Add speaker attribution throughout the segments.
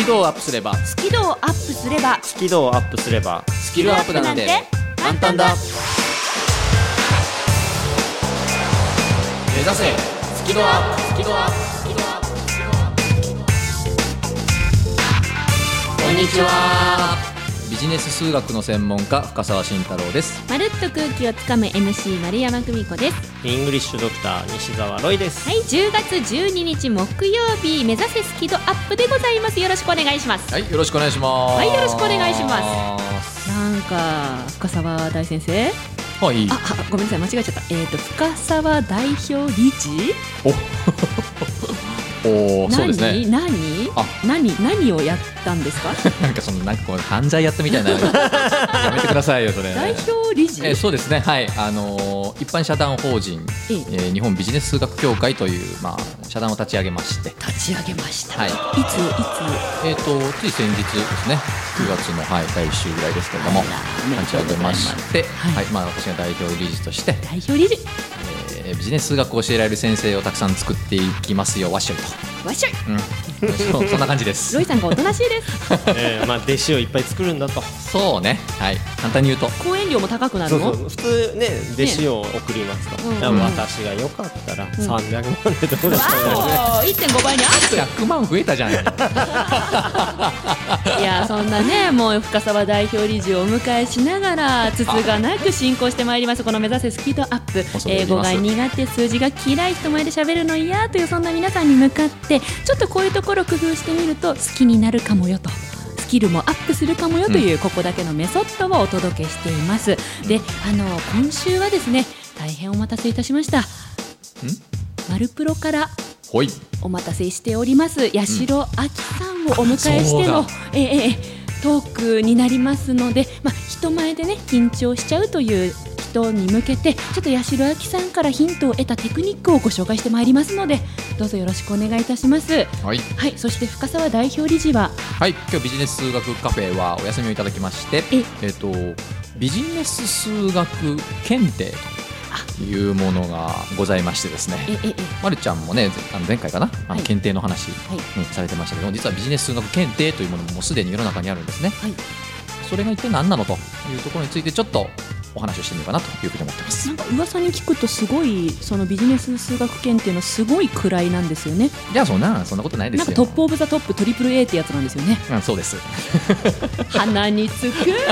Speaker 1: キ度をアップすれば
Speaker 2: スキルをアップすれば
Speaker 3: スキルをアップすれば
Speaker 1: スキルアップなんて簡単だ。目指せスキルアップ、スキルアップ、スキルアップ、スキルアップ。こんにちは。ビジネス数学の専門家深澤慎太郎です。
Speaker 2: まるっと空気をつかむ MC 丸山久美子です。
Speaker 3: イングリッシュドクター西澤ロイです。
Speaker 2: はい、10月12日木曜日、目指せスキドアップでございます。よろしくお願いします。
Speaker 1: はい、よろしくお願いします。
Speaker 2: はい、よろしくお願いします。なんか深澤大先生、
Speaker 1: はい、
Speaker 2: ごめんなさい、間違えちゃった。深澤代表理事
Speaker 1: おそうですね。
Speaker 2: 何をやったんですか？
Speaker 1: なんかこう犯罪やったみたいなやめてくださいよそれ。
Speaker 2: 代表理事、
Speaker 1: そうですね。はい、一般社団法人、日本ビジネス数学協会という、社団を立ち上げまして。
Speaker 2: はい、
Speaker 1: いつつい先日ですね、9月の、第1週ぐらいですけれども立ち上げまして、私が代表理事として
Speaker 2: 代表理事、
Speaker 1: ビジネス数学を教えられる先生をたくさん作っていきますよ。わっしょいと。
Speaker 2: わっしょい、
Speaker 1: そんな感じです。
Speaker 2: ロイさんがおとなしいです。
Speaker 3: 弟子をいっぱい作るんだと。
Speaker 1: そうね、はい、簡単に言うと
Speaker 2: 講演料も高くなるの？
Speaker 3: 普通ね、弟子を送りますと、私がよかったら300万でどうですかね。
Speaker 2: 1.5 倍にアップ。
Speaker 1: 100万増えたじゃん。い
Speaker 2: や、そんなね、もう深澤代表理事をお迎えしながらつつがなく進行してまいります。この目指せスキドアップ、英語が苦手、数字が嫌い、人前で喋るの嫌というそんな皆さんに向かって、ちょっとこういうところを工夫してみると好きになるかもよと、スキルもアップするかもよという、ここだけのメソッドをお届けしています。で、今週はですね、大変お待たせいたしました。マルプロからお待たせしております八代亜紀さんをお迎えしての、トークになりますので、人前でね緊張しちゃうという人に向けて、ちょっと八代亜紀さんからヒントを得たテクニックをご紹介してまいりますので、どうぞよろしくお願いいたします。はい、そして深澤代表理事は、今
Speaker 1: 日ビジネス数学カフェはお休みをいただきまして、ビジネス数学検定というものがございましてですね、まるちゃんもね、前回かな、検定の話にされてましたけど、実はビジネス数学検定というものももうすでに世の中にあるんですね。それが一体何なのというところについてちょっとお話をしてみようかなというふうに思ってます。
Speaker 2: なんか噂に聞くとすごい、そのビジネス数学検定のすごい位なんですよね。
Speaker 1: いや、そんなことないですよ。
Speaker 2: なんかトップオブザトップ、トリプル A ってやつなんですよね。
Speaker 1: そうです。
Speaker 2: 鼻につく。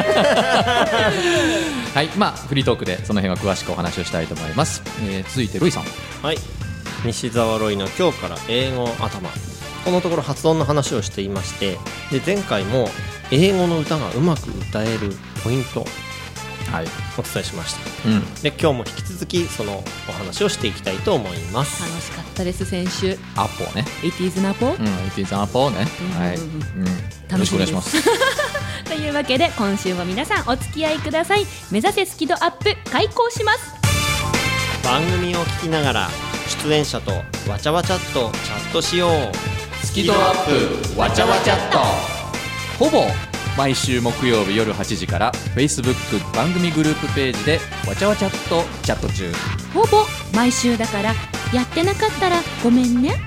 Speaker 1: はい、フリートークでその辺は詳しくお話をしたいと思います。続いてロイさん。
Speaker 3: はい、西澤ロイの今日から英語頭。このところ発音の話をしていまして、で前回も英語の歌がうまく歌えるポイント、お伝えしました。で今日も引き続きそのお話をしていきたいと思います。
Speaker 2: 楽しかったです。先週
Speaker 1: アポね、
Speaker 2: It is ナポ、
Speaker 1: It is ナポね。よろしくお願いします。
Speaker 2: というわけで今週も皆さんお付き合いください。目指せスキドアップ開講します。
Speaker 3: 番組を聞きながら出演者とわちゃわちゃっとチャットしよう。
Speaker 1: スキドアップわちゃわちゃっと、ほぼ毎週木曜日夜8時から Facebook 番組グループページでわちゃわちゃっとチャット中。
Speaker 2: ほぼ毎週だから、やってなかったらごめんね。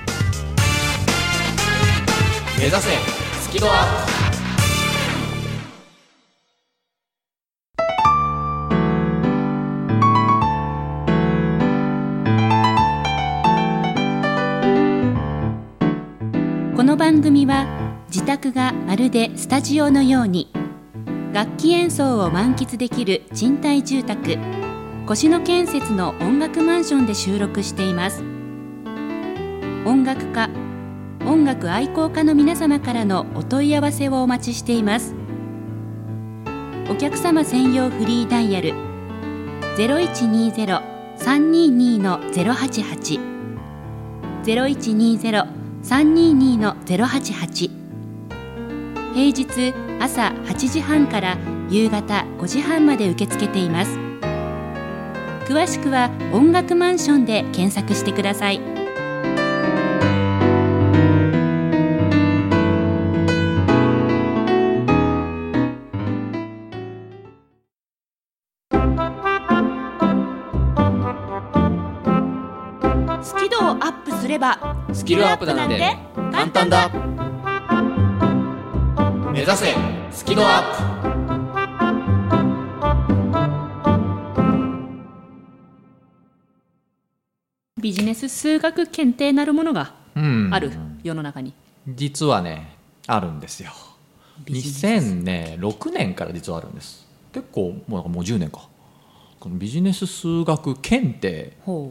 Speaker 1: 目指せスキドアップ。
Speaker 2: この番組は自宅がまるでスタジオのように、楽器演奏を満喫できる賃貸住宅越野建設の音楽マンションで収録しています。音楽家、音楽愛好家の皆様からのお問い合わせをお待ちしています。お客様専用フリーダイヤル 0120-322-088 0120-322-088、平日朝8時半から夕方5時半まで受け付けています。詳しくは音楽マンションで検索してください。スキルをアップすれば
Speaker 1: スキルアップなんて簡単だ。 目指せスキドアップ。
Speaker 2: ビジネス数学検定なるものがある、世の中に。
Speaker 1: 実はねあるんですよ。2006年から実はあるんです。結構もう10年か。このビジネス数学検定、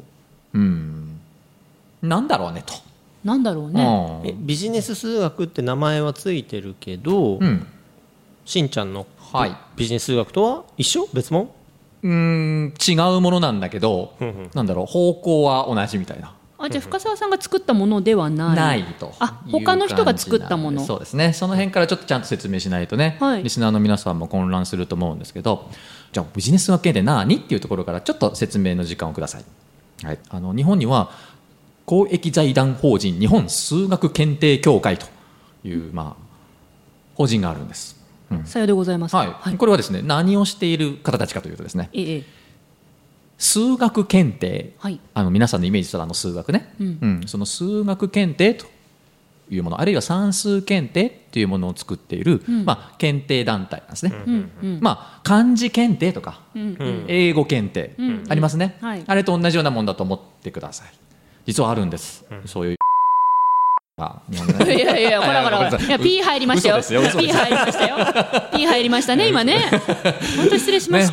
Speaker 1: なんだろうねと。
Speaker 2: なんだろうね。
Speaker 3: ビジネス数学って名前はついてるけど、しんちゃんのビジネス数学とは一緒？別物？
Speaker 1: 違うものなんだけど、なんだろう、方向は同じみたいな。
Speaker 2: じゃあ深澤さんが作ったものではない
Speaker 1: と。
Speaker 2: 他の人が作ったもの。
Speaker 1: そうですね。その辺からちょっとちゃんと説明しないとね、リスナーの皆さんも混乱すると思うんですけど、じゃあビジネス数学検定何っていうところからちょっと説明の時間をください。日本には公益財団法人日本数学検定協会という、法人があるんです。
Speaker 2: さようでございます。
Speaker 1: これはですね、何をしている方たちかというとですね、数学検定、皆さんのイメージした数学ね、その数学検定というもの、あるいは算数検定というものを作っている、検定団体なんですね。漢字検定とか、英語検定、ありますね、あれと同じようなもんだと思ってください。実はあるんです、そういう。
Speaker 2: いやほらP 入りましたよ。P 入りましたよ。P 入りましたね今ね。本当失礼しました。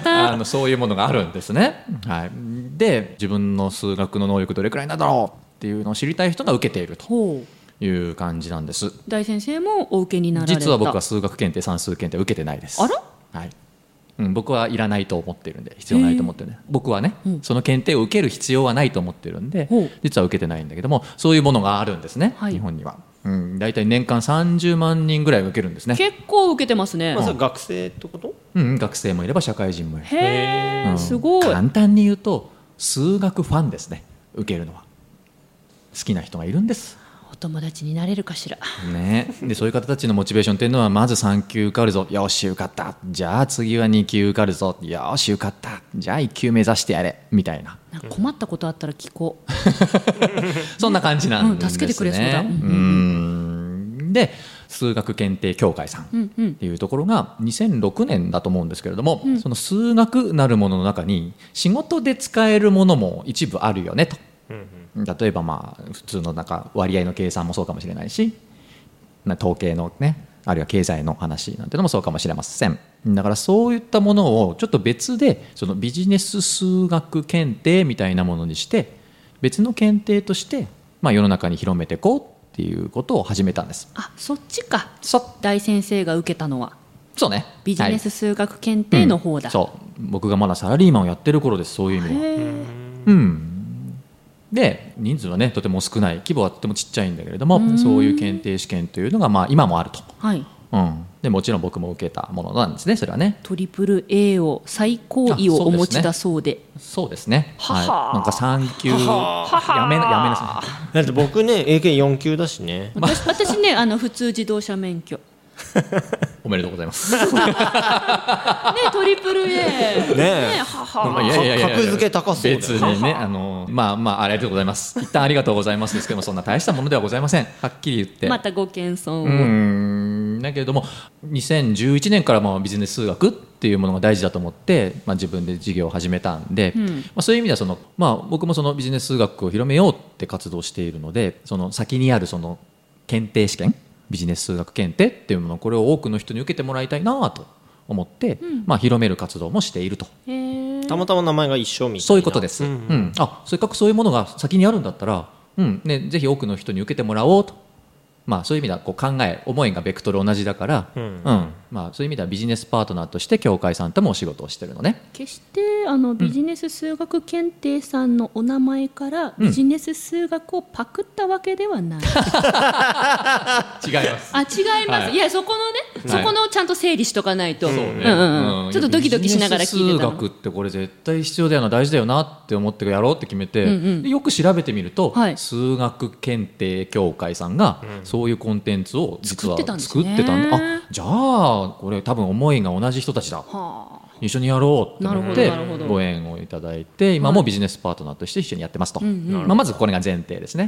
Speaker 1: そういうものがあるんですね。で、自分の数学の能力どれくらいなんだろうっていうのを知りたい人が受けているという感じなんです。
Speaker 2: 大先生もお受けになられた？
Speaker 1: 実は僕は数学検定算数検定受けてないです。
Speaker 2: あら？
Speaker 1: 僕はいらないと思ってるんで、必要ないと思ってるんで、僕はね、その検定を受ける必要はないと思ってるんで、実は受けてないんだけども、そういうものがあるんですね、日本には。だいたい年間30万人ぐらい受けるんですね。
Speaker 2: 結構受けてますね。
Speaker 3: それ学生ってこと？
Speaker 1: 学生もいれば社会人もいる。
Speaker 2: すごい。
Speaker 1: 簡単に言うと数学ファンですね。受けるのは好きな人がいるんです。
Speaker 2: お友達になれるかしら、
Speaker 1: でそういう方たちのモチベーションっていうのは、まず3級受かるぞ、よし受かった、じゃあ次は2級受かるぞ、よし受かった、じゃあ1級目指してやれみたいな。
Speaker 2: 困ったことあったら聞こう
Speaker 1: そんな感じなんですね。
Speaker 2: 助けてくれそうだ。
Speaker 1: で数学検定協会さんっていうところが2006年だと思うんですけれども、その数学なるものの中に仕事で使えるものも一部あるよねと。例えば普通の割合の計算もそうかもしれないし、統計のね、あるいは経済の話なんてのもそうかもしれません。だからそういったものをちょっと別で、そのビジネス数学検定みたいなものにして、別の検定として世の中に広めていこうっていうことを始めたんです。
Speaker 2: そっちか。大先生が受けたのは
Speaker 1: そうね、
Speaker 2: ビジネス数学検定の方だ。
Speaker 1: 僕がまだサラリーマンをやってる頃です。そういう意味では。で人数はねとても少ない、規模はとてもちっちゃいんだけれども、そういう検定試験というのが今もあると。でもちろん僕も受けたものなんですね、それはね。
Speaker 2: トリプル A を最高位をお持ちだそうで。
Speaker 1: そうですね。なんか3級やめなさい。
Speaker 3: だって僕ね AK4 級だしね。
Speaker 2: 私ね普通自動車免許
Speaker 1: おめでとうございますね。
Speaker 2: トリプル A
Speaker 3: 格付け高そうだよ。
Speaker 1: 別にね、ありがとうございます。一旦ありがとうございますですけども、そんな大したものではございません。はっきり言って。
Speaker 2: またご謙遜を。
Speaker 1: だけれども2011年からビジネス数学っていうものが大事だと思って、自分で事業を始めたんで、そういう意味では僕もそのビジネス数学を広めようって活動しているので、その先にあるその検定試験、ビジネス数学検定っていうもの、これを多くの人に受けてもらいたいなと思って、広める活動もしていると。
Speaker 3: たまたま名前が一緒みたいな。
Speaker 1: そういうことです。せっかくそういうものが先にあるんだったら、ぜひ多くの人に受けてもらおうと。そういう意味では考え思いがベクトル同じだから、そういう意味ではビジネスパートナーとして協会さんともお仕事をしてるのね。
Speaker 2: 決してビジネス数学検定さんのお名前からビジネス数学をパクったわけではない。
Speaker 1: 違います。
Speaker 2: 違います。いやそこのね、そこのちゃんと整理しとかないと。ちょっとドキドキしながら聞いてたの。
Speaker 1: ビジネス数学ってこれ絶対必要だよな、大事だよなって思ってやろうって決めて、よく調べてみると、数学検定協会さんがそういうコンテンツを実は作ってたんだ。じゃあこれ多分思いが同じ人たちだ、一緒にやろうと思ってご縁をいただいて、今もビジネスパートナーとして一緒にやってますと。まずこれが前提ですね。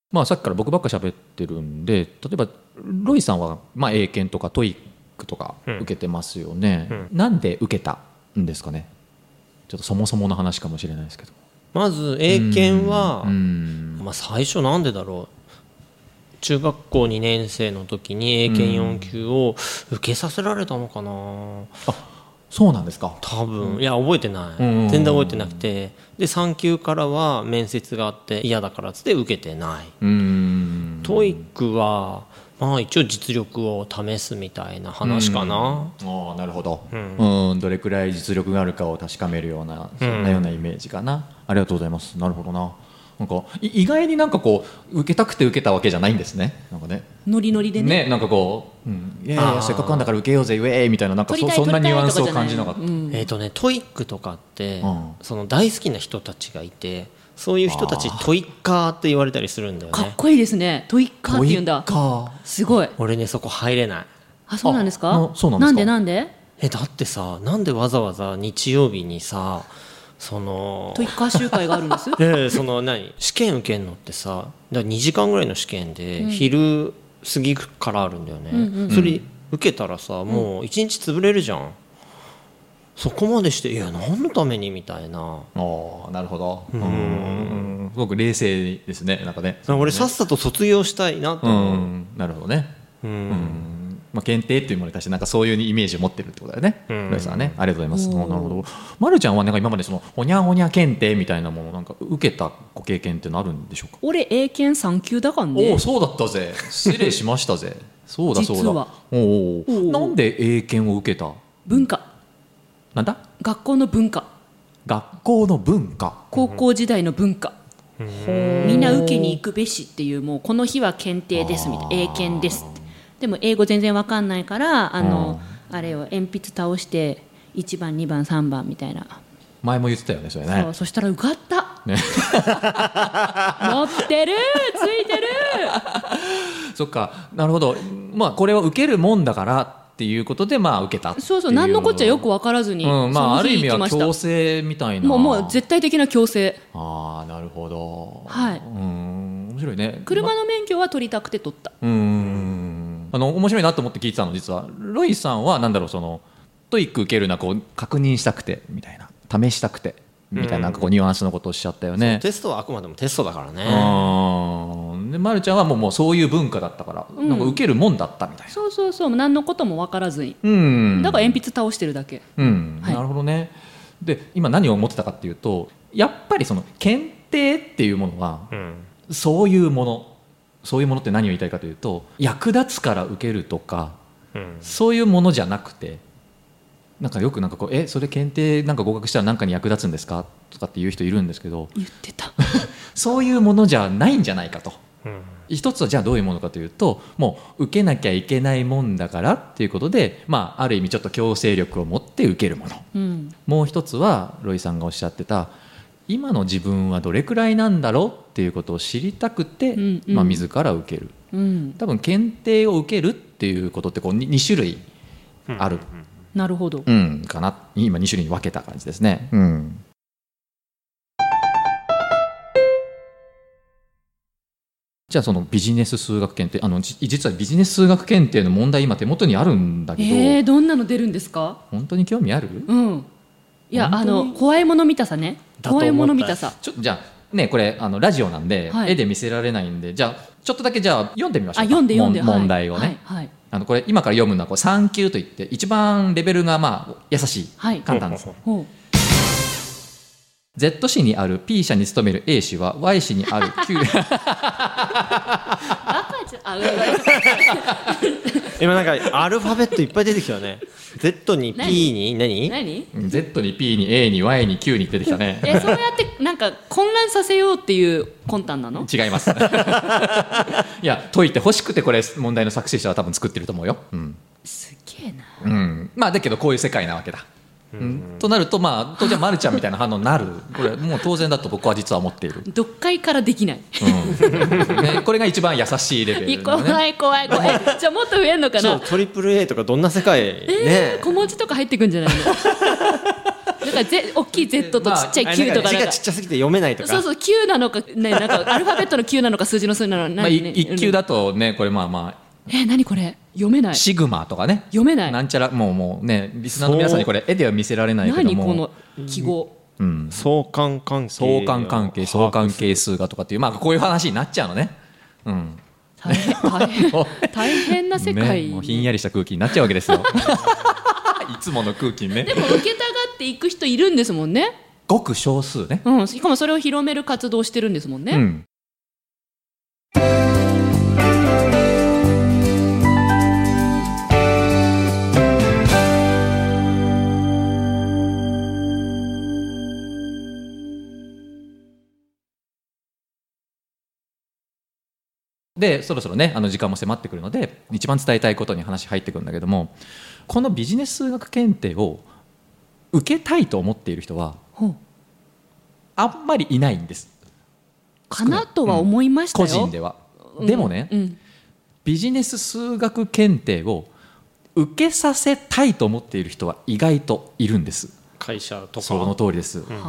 Speaker 1: まあ、さっきから僕ばっか喋ってるんで、例えばロイさんはまあ英検とかトイックとか受けてますよね、なんで受けたんですかね。ちょっとそもそもの話かもしれないですけど。
Speaker 3: まず英検は、まあ、最初なんでだろう、中学校2年生の時に英検4級を受けさせられたのかな。
Speaker 1: あ、そうなんですか。
Speaker 3: 多分、いや覚えてない、全然覚えてなくて、で3級からは面接があって嫌だからっつって受けてない。トイックはまあ一応実力を試すみたいな話かな。
Speaker 1: ああ、なるほど、どれくらい実力があるかを確かめるような、そんなようなイメージかな。ありがとうございます。なるほどな。なんか意外になんかこう受けたくて受けたわけじゃないんですね。なんかね、
Speaker 2: ノリノリで ね、
Speaker 1: なんかこう、いやいやせっかくなんだから受けようぜウェーみたいな、なんかそんなニュアンスを感じなかった。
Speaker 3: トイックとかって、その大好きな人たちがいて、そういう人たちトイッカーって言われたりするんだよね。
Speaker 2: かっこいいですね。トイッカーって言うんだ。すごい。
Speaker 3: 俺ね、そこ入れない。
Speaker 2: あ、そうなんですか。
Speaker 1: そうなんですか。
Speaker 2: なんで
Speaker 3: だってさ、なんでわざわざ日曜日にさ、その
Speaker 2: トイッカー集会があるんです
Speaker 3: その試験受けるのってさ、だ2時間ぐらいの試験で、昼過ぎからあるんだよね、それ受けたらさ、もう1日潰れるじゃん。そこまでして、いや何のためにみたいな。
Speaker 1: なるほど。すごく冷静ですね。なんかね、
Speaker 3: 俺さっさと卒業したいなと思う。
Speaker 1: なるほどね。まあ、検定っていうものに対してなんかそういうイメージを持ってるってことだよね、ロイさんはね。ありがとうございます。なるほど。まるちゃんはなんか今までそのほにゃほにゃ検定みたいなものなんか受けたご経験ってのあるんでしょうか。
Speaker 2: 俺英検3級だからね。
Speaker 1: そうだったぜ。失礼しましたぜ。そうだそうだ。
Speaker 2: 実は
Speaker 1: なんで英検を受けた。
Speaker 2: 文化。
Speaker 1: なんだ。
Speaker 2: 学校の文化。
Speaker 1: 学校の文化。
Speaker 2: 高校時代の文化。みんな受けに行くべしっていう、もうこの日は検定ですみたいな、英検ですって。でも英語全然わかんないから、あれを鉛筆倒して1番2番3番みたいな。
Speaker 1: 前も言ってたよね、それね。
Speaker 2: そしたら受かった、ね、持ってる、ついてる
Speaker 1: そっか、なるほど。まあこれを受けるもんだからっていうことで、まあ受けたっていう。
Speaker 2: そう何のこっちゃよく分からずに、
Speaker 1: まあある意味は強制みたいな。
Speaker 2: もう絶対的な強制。
Speaker 1: なるほど。
Speaker 2: はい。
Speaker 1: 面白いね。
Speaker 2: 車の免許は取りたくて取った。
Speaker 1: 面白いなと思って聞いてたの。実はロイさんはなんだろう、そのトイック受けるな、こう確認したくてみたいな、試したくてみたいな、なんかこうニュアンスのことをおっしゃったよね。
Speaker 3: テストはあくまでもテストだからね。
Speaker 1: で、まるちゃんはもうそういう文化だったから、なんか受けるもんだったみたいな。
Speaker 2: そう何のことも分からずに、だから鉛筆倒してるだけ。な
Speaker 1: るほどね。で、今何を思ってたかっていうと、やっぱりその検定っていうものは、そういうものって何を言いたいかというと、役立つから受けるとか、そういうものじゃなくて、なんかよくなんかこうそれ検定なんか合格したら何かに役立つんですかとかっていう人いるんですけど、
Speaker 2: 言ってた
Speaker 1: そういうものじゃないんじゃないかと。一つはじゃあどういうものかというと、もう受けなきゃいけないもんだからっていうことで、まあある意味ちょっと強制力を持って受けるもの、もう一つはロイさんがおっしゃってた、今の自分はどれくらいなんだろうっていうことを知りたくて、自ら受ける、多分検定を受けるっていうことってこう 2種類ある、
Speaker 2: なるほど、
Speaker 1: かな。今2種類に分けた感じですね。じゃあそのビジネス数学検定、実はビジネス数学検定の問題今手元にあるんだけど、
Speaker 2: どんなの出るんですか。
Speaker 1: 本当に興味ある？
Speaker 2: いや、怖いもの見たさね。怖いもの見たさ。
Speaker 1: ちょっとじゃあね、これラジオなんで、絵で見せられないんで、じゃあちょっとだけじゃあ読んでみましょうか。
Speaker 2: 読んで
Speaker 1: 問題をね。これ今から読むのはこう3級といって一番レベルがまあ優しい、簡単です。Z 市にある P 社に勤める A 氏は Y 市にある Q
Speaker 3: 今なんかアルファベットいっぱい出てきたね。Z に P に
Speaker 2: 何
Speaker 1: Z に P に A に Y に Q に出てきたね。
Speaker 2: そうやってなんか混乱させようっていう魂胆なの？
Speaker 1: 違います。いや、解いて欲しくてこれ問題の作成者は多分作ってると思うよ。
Speaker 2: すげえな。
Speaker 1: まあだけどこういう世界なわけだ。となると、まあ当然まるちゃんみたいな反応になる。これもう当然だと僕は実は思っている。
Speaker 2: 読解からできない、
Speaker 1: これが一番優しいレベル、ね、
Speaker 2: 怖いじゃあもっと増えんのかな。
Speaker 3: トリプル A とかどんな世界、
Speaker 2: 小文字とか入ってくんじゃないの？ 大きい Z とちっちゃい Q とか、
Speaker 3: 字がちっちゃすぎて読めないとか、
Speaker 2: そうそう Q なのか、ね、なんかアルファベットの Q なのか数字の数なのか、
Speaker 1: まあ、1級だとねこれまあ
Speaker 2: 何これ読めない、
Speaker 1: シグマとかね
Speaker 2: 読めない、
Speaker 1: なんちゃらもうねリスナーの皆さんにこれ絵では見せられないけども、
Speaker 2: 何この記号、
Speaker 3: 相関関係
Speaker 1: 相関係数がとかっていう、まあこういう話になっちゃうのね。
Speaker 2: 大変な世界、
Speaker 1: ね、もうひんやりした空気になっちゃうわけですよいつもの空気にね。
Speaker 2: でも受けたがっていく人いるんですもんね。
Speaker 1: ごく少数ね、
Speaker 2: しかもそれを広める活動をしてるんですもんね。
Speaker 1: でそろそろね時間も迫ってくるので一番伝えたいことに話入ってくるんだけども、このビジネス数学検定を受けたいと思っている人はあんまりいないんです
Speaker 2: かなとは思いましたよ、
Speaker 1: 個人では。でもね、ビジネス数学検定を受けさせたいと思っている人は意外といるんです。
Speaker 3: 会社とか
Speaker 1: その通りです、例え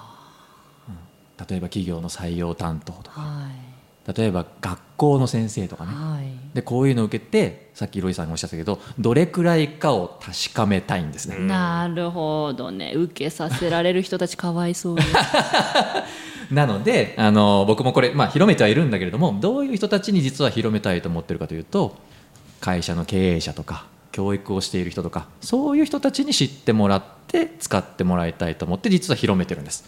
Speaker 1: ば企業の採用担当とか、例えば学校の先生とかね、でこういうのを受けてさっきロイさんがおっしゃったけどどれくらいかを確かめたいんですね。
Speaker 2: なるほどね、受けさせられる人たちかわいそうです
Speaker 1: なので僕もこれ、広めてはいるんだけれども、どういう人たちに実は広めたいと思ってるかというと、会社の経営者とか教育をしている人とかそういう人たちに知ってもらって使ってもらいたいと思って実は広めてるんです。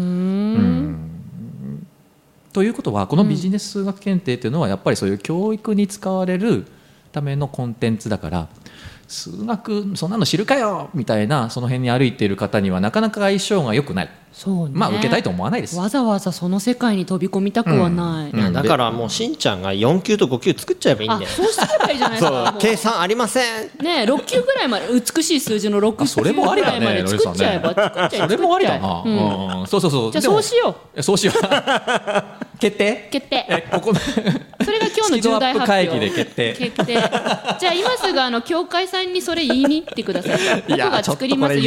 Speaker 1: ということはこのビジネス数学検定というのはやっぱりそういう教育に使われるためのコンテンツだから、数学そんなの知るかよみたいなその辺に歩いている方にはなかなか相性が良くない。
Speaker 2: そうね、
Speaker 1: 受けたいと思わないです。
Speaker 2: わざわざその世界に飛び込みたくはない、
Speaker 3: だからもうしんちゃんが4級と5級作っちゃえばいいんだよ。
Speaker 2: そうすればいいじゃないですか。
Speaker 3: 計算ありません
Speaker 2: ね、6級ぐらいまで美しい数字の6級ぐらいまで作っちゃえば、
Speaker 1: それもありだな、そうじゃあ
Speaker 2: そうしよう
Speaker 1: 決定ここ
Speaker 2: それが今日の重大発表
Speaker 1: 会議で決定
Speaker 2: じゃあ今すぐ協会さんにそれ言いに行ってください。僕が作ります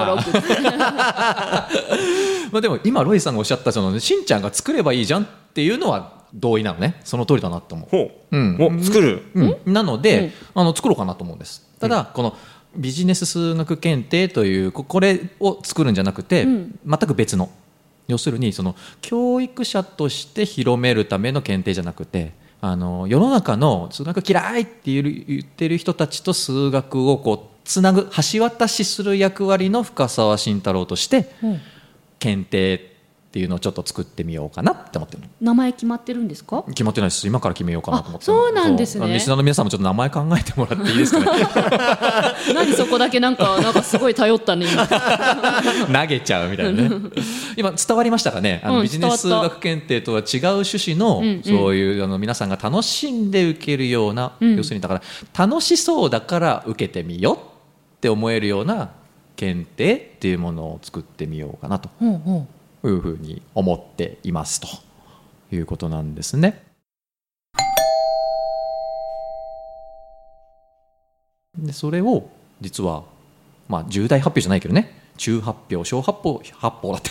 Speaker 1: 456でも今ロイさんがおっしゃったしんちゃんが作ればいいじゃんっていうのは同意なのね。その通りだなと思う。
Speaker 3: 作る、
Speaker 1: なので、作ろうかなと思うんです。ただ、このビジネス数学検定というこれを作るんじゃなくて、全く別の、要するにその教育者として広めるための検定じゃなくて、世の中の数学嫌いって言ってる人たちと数学をつなぐ橋渡しする役割の深澤慎太郎として、検定っていうのをちょっと作ってみようかなって思ってる。
Speaker 2: 名前決まってるんですか？
Speaker 1: 決まってないです。今から決めようかなと思って。
Speaker 2: そうなんですね。
Speaker 1: リスナーの皆さんもちょっと名前考えてもらっていいですかね
Speaker 2: 何そこだけなんかすごい頼ったね今
Speaker 1: 投げちゃうみたいなね今伝わりましたかね。ビジネス数学検定とは違う趣旨の、そういう皆さんが楽しんで受けるような、要するにだから楽しそうだから受けてみようって思えるような検定っていうものを作ってみようかなというふうに思っていますということなんですね。でそれを実は重大発表じゃないけどね、中発表小発表だって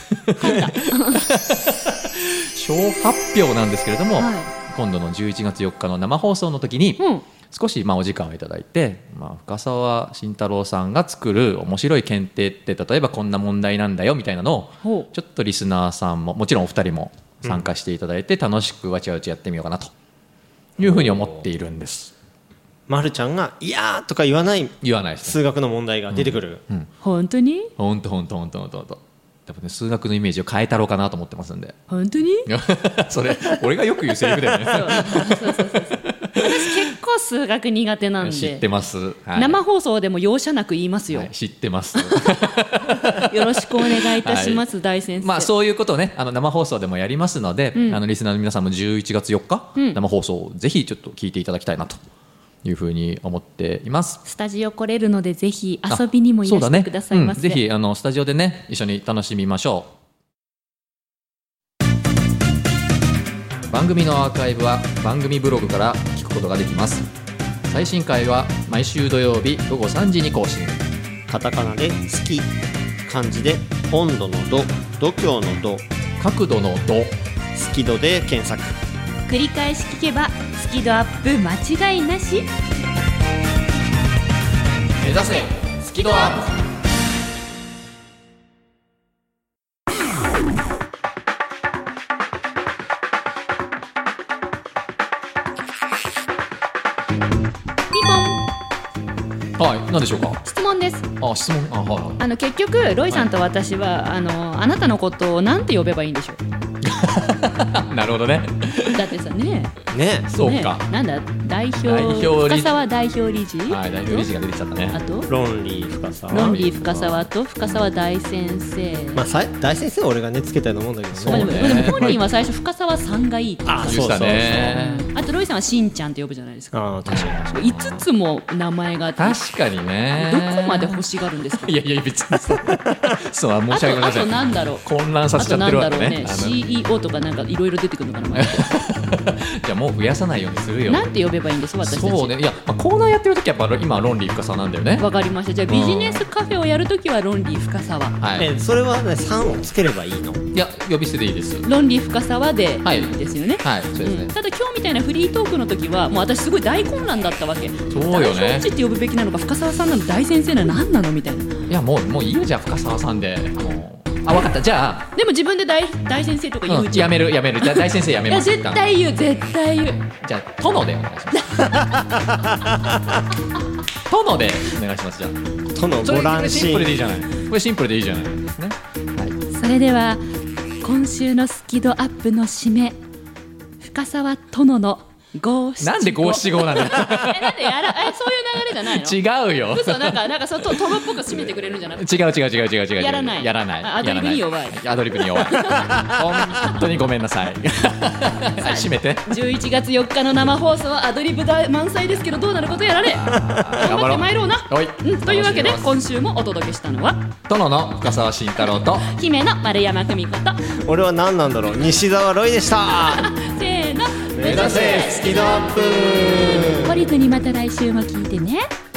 Speaker 1: 小発表なんですけれども、今度の11月4日の生放送の時に、少しお時間をいただいて、深澤慎太郎さんが作る面白い検定って例えばこんな問題なんだよみたいなのをちょっとリスナーさんももちろんお二人も参加していただいて、楽しくわちゃわちゃやってみようかなというふうに思っているんです。
Speaker 3: まるちゃんがいやーとか言わない数学の問題が出てくる。
Speaker 2: 本当に
Speaker 1: 本当でもね、数学のイメージを変えたろうかなと思ってますんで。
Speaker 2: 本当に
Speaker 1: それ俺がよく言うセリフだよね
Speaker 2: 私結構数学苦手なんで。
Speaker 1: 知ってます、
Speaker 2: 生放送でも容赦なく言いますよ、
Speaker 1: 知ってます
Speaker 2: よろしくお願いいたします、大先生。
Speaker 1: そういうことをね生放送でもやりますので、リスナーの皆さんも11月4日、生放送をぜひちょっと聞いていただきたいなというふうに思っています。
Speaker 2: スタジオ来れるのでぜひ遊びにもいらしてくださいませ。
Speaker 1: ぜひスタジオでね一緒に楽しみましょう。番組のアーカイブは番組ブログから聞くことができます。最新回は毎週土曜日午後3時に更新。
Speaker 3: カタカナで好き、漢字で温度の度、度胸の度、
Speaker 1: 角度の度、
Speaker 3: スキドで検索。
Speaker 2: 繰り返し聞けばスキドアップ間違いなし。
Speaker 1: 目指せスキドアップ。はい、何でしょうか。
Speaker 2: 質問です。
Speaker 1: 質問。はい。
Speaker 2: 結局ロイさんと私は、あなたのことをなんて呼べばいいんでしょう。
Speaker 1: なるほどね。
Speaker 2: だってさね。
Speaker 1: そうか。
Speaker 2: なんだ深沢代表理事。
Speaker 1: はい、代表理事が出てきちゃったね。
Speaker 2: あと
Speaker 3: 論理深沢。
Speaker 2: 論理深沢と深沢大先生。
Speaker 3: まあ大先生は俺がねつけたようなもんだけどね。
Speaker 1: そうね。
Speaker 2: でも本人は最初深沢さんがいいって言って
Speaker 1: たね。
Speaker 2: あとロイさんはしんちゃんって呼ぶじゃないですか。
Speaker 3: 確かに。
Speaker 2: 5つも名前があって。
Speaker 1: 確かにね。
Speaker 2: どこまで欲しがるんですか。
Speaker 1: いや別にそう申し訳ございません。
Speaker 2: あとなんだろう。
Speaker 1: 混乱させちゃってるわけね。
Speaker 2: CEO とかなんかいろいろ出てくるのかな。
Speaker 1: じゃあもう増やさないようにするよ。
Speaker 2: なんて呼べばいいんです私たち。
Speaker 1: そうね。いやコーナーやってる時はやっぱ今論理深沢なんだよね。
Speaker 2: わかりました。じゃあビジネスカフェをやるときは論理深沢。
Speaker 3: それはね3をつければいいの。
Speaker 1: いや呼び捨てでいいです。
Speaker 2: 論理深沢でですよね。
Speaker 1: はいそうですね。
Speaker 2: ただ今日みたいなフリートークの時はもう私すごい大混乱だったわけ。
Speaker 1: そうよね。
Speaker 2: 代表理事って呼ぶべきなのか深沢さんなの大先生なの何なのみたいな。
Speaker 1: いやもういいよじゃあ深沢さんで。分かった。じゃあ
Speaker 2: でも自分で大先生とか言う
Speaker 1: やめる。じゃあ大先生やめます。
Speaker 2: いや絶対言う。じ
Speaker 1: ゃあ殿でお願いします。殿でお願いします。じゃあ
Speaker 3: 殿ご乱心。
Speaker 1: シンプルでいいじゃない。これシンプルでいいじゃないね。
Speaker 2: それでは今週のスキドアップの締め、深沢殿の五七五。
Speaker 1: なんで五七五なんだよ。
Speaker 2: なんでそういう流れじゃないの。
Speaker 1: 違うよ。
Speaker 2: 嘘。なんかトムっぽく締めてくれるんじゃなくて。
Speaker 1: 違う。
Speaker 2: やらない。アドリブに弱い。
Speaker 1: 本当にごめんなさい。締めて。
Speaker 2: 11月4日の生放送はアドリブ満載ですけどどうなることやられ。頑張ってまいろうな。というわけで今週もお届けしたのは
Speaker 1: 殿の深沢慎太郎と
Speaker 2: 姫の丸山久美子と。
Speaker 3: 俺は何なんだろう。西澤ロイでした。
Speaker 2: せーの。
Speaker 3: 目指せスキドアップ。
Speaker 2: 懲りずにまた来週も聞いてね。